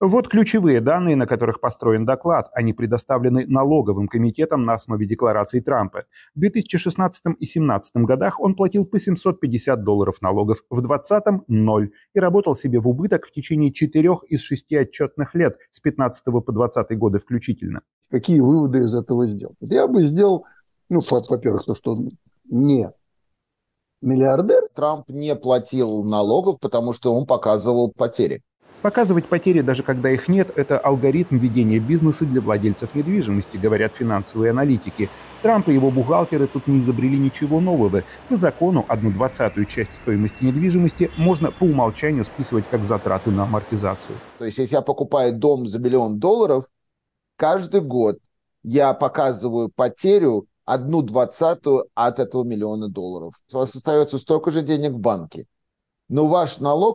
Вот ключевые данные, на которых построен доклад. Они предоставлены налоговым комитетом на основе декларации Трампа. В 2016 и 2017 годах он платил по $750 налогов, в 2020 – 0, и работал себе в убыток в течение 4 из 6 отчетных лет, с 15 по 20 годы включительно. Какие выводы из этого сделал? Я бы сделал, во-первых, то, что он не миллиардер. Трамп не платил налогов, потому что он показывал потери. Показывать потери, даже когда их нет, это алгоритм ведения бизнеса для владельцев недвижимости, говорят финансовые аналитики. Трамп и его бухгалтеры тут не изобрели ничего нового. По закону 1/20 часть стоимости недвижимости можно по умолчанию списывать как затраты на амортизацию. То есть, если я покупаю дом за $1 миллион, каждый год я показываю потерю 1/20 от этого $1 миллиона. У вас остается столько же денег в банке. Но ваш налог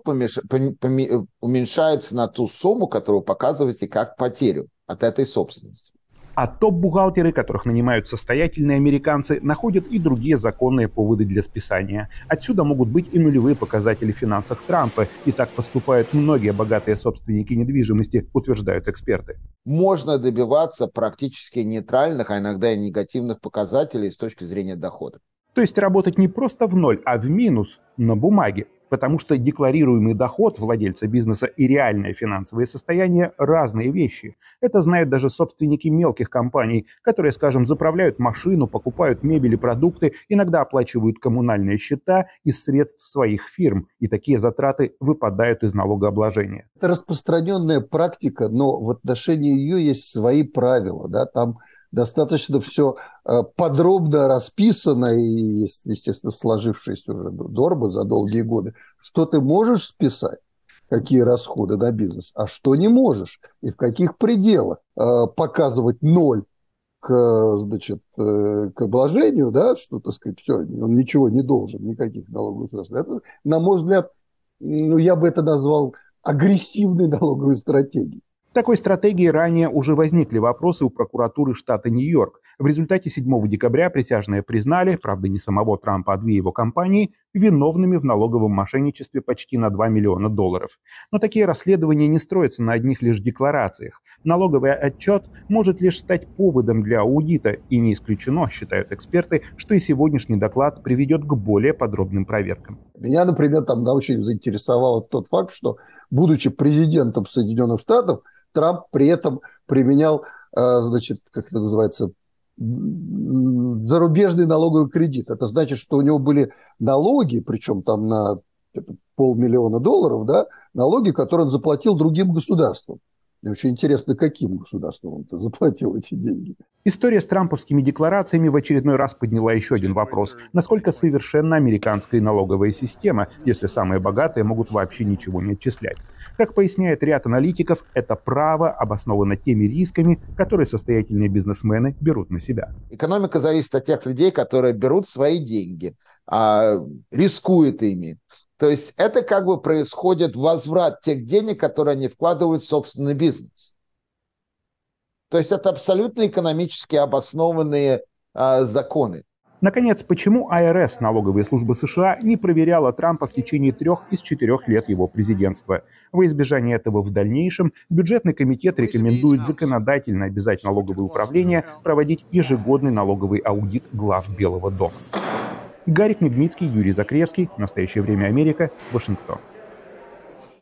уменьшается на ту сумму, которую вы показываете как потерю от этой собственности. А топ-бухгалтеры, которых нанимают состоятельные американцы, находят и другие законные поводы для списания. Отсюда могут быть и нулевые показатели в финансах Трампа. И так поступают многие богатые собственники недвижимости, утверждают эксперты. Можно добиваться практически нейтральных, а иногда и негативных показателей с точки зрения дохода. То есть работать не просто в ноль, а в минус на бумаге. Потому что декларируемый доход владельца бизнеса и реальное финансовое состояние – разные вещи. Это знают даже собственники мелких компаний, которые, скажем, заправляют машину, покупают мебель и продукты, иногда оплачивают коммунальные счета из средств своих фирм. И такие затраты выпадают из налогообложения. Это распространенная практика, но в отношении ее есть свои правила. Да? Там достаточно все подробно расписано, и, естественно, сложившаяся уже норма за долгие годы, что ты можешь списать, какие расходы на бизнес, а что не можешь, и в каких пределах. Показывать 0 к обложению, да, что, так сказать, все, он ничего не должен, никаких налоговых средств. Это, на мой взгляд, я бы это назвал агрессивной налоговой стратегией. Такой стратегии ранее уже возникли вопросы у прокуратуры штата Нью-Йорк. В результате 7 декабря присяжные признали, правда не самого Трампа, а 2 его компании, виновными в налоговом мошенничестве почти на $2 миллиона. Но такие расследования не строятся на одних лишь декларациях. Налоговый отчет может лишь стать поводом для аудита, и не исключено, считают эксперты, что и сегодняшний доклад приведет к более подробным проверкам. Меня, например, очень заинтересовал тот факт, что, будучи президентом Соединенных Штатов, Трамп при этом применял, как это называется, зарубежный налоговый кредит. Это значит, что у него были налоги, причем там на $500 000, да, налоги, которые он заплатил другим государствам. Мне очень интересно, каким государством он заплатил эти деньги. История с трамповскими декларациями в очередной раз подняла еще один вопрос. Насколько совершенна американская налоговая система, если самые богатые могут вообще ничего не отчислять? Как поясняет ряд аналитиков, это право обосновано теми рисками, которые состоятельные бизнесмены берут на себя. Экономика зависит от тех людей, которые берут свои деньги, рискуют ими. То есть это как бы происходит возврат тех денег, которые они вкладывают в собственный бизнес. То есть это абсолютно экономически обоснованные законы. Наконец, почему АРС, налоговая служба США, не проверяла Трампа в течение 3 из 4 лет его президентства? Во избежание этого в дальнейшем бюджетный комитет рекомендует законодательно обязать налоговое управление проводить ежегодный налоговый аудит глав Белого дома. Гарик Медмицкий, Юрий Закревский. Настоящее время Америка. Вашингтон.